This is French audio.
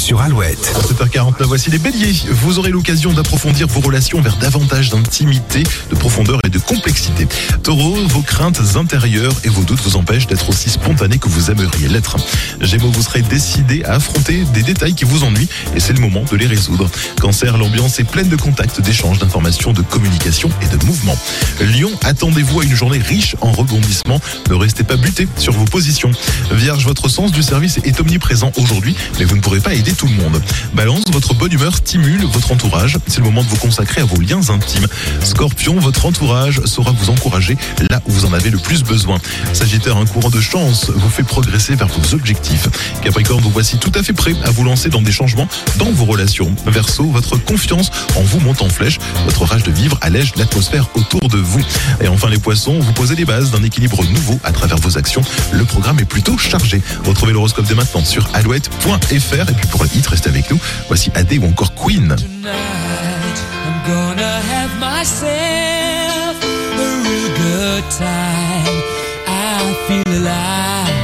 sur Alouette. 7h49, voici les béliers. Vous aurez l'occasion d'approfondir vos relations vers davantage d'intimité, de profondeur et de complexité. Taureau, vos craintes intérieures et vos doutes vous empêchent d'être aussi spontané que vous aimeriez l'être. Gémeaux, vous serez décidé à affronter des détails qui vous ennuient et c'est le moment de les résoudre. Cancer, l'ambiance est pleine de contacts, d'échanges, d'informations, de communication et de mouvements. Lion, attendez-vous à une journée riche en rebondissements. Ne restez pas buté sur vos positions. Vierge, votre sens du service est omniprésent aujourd'hui, mais vous ne pourrez pas aider tout le monde. Balance, votre bonne humeur stimule votre entourage. C'est le moment de vous consacrer à vos liens intimes. Scorpion, votre entourage saura vous encourager là où vous en avez le plus besoin. Sagittaire, un courant de chance vous fait progresser vers vos objectifs. Capricorne, vous voici tout à fait prêt à vous lancer dans des changements dans vos relations. Verseau, votre confiance en vous monte en flèche. Votre rage de vivre allège l'atmosphère autour de vous. Et enfin les poissons, vous posez les bases d'un équilibre nouveau à travers vos actions. Le programme est plutôt chargé. Retrouvez l'horoscope dès maintenant sur alouette.fr. Et puis pour le hit, restez avec nous. Voici Adé ou encore Queen. Tonight, I'm gonna have myself a real good time. I feel alive.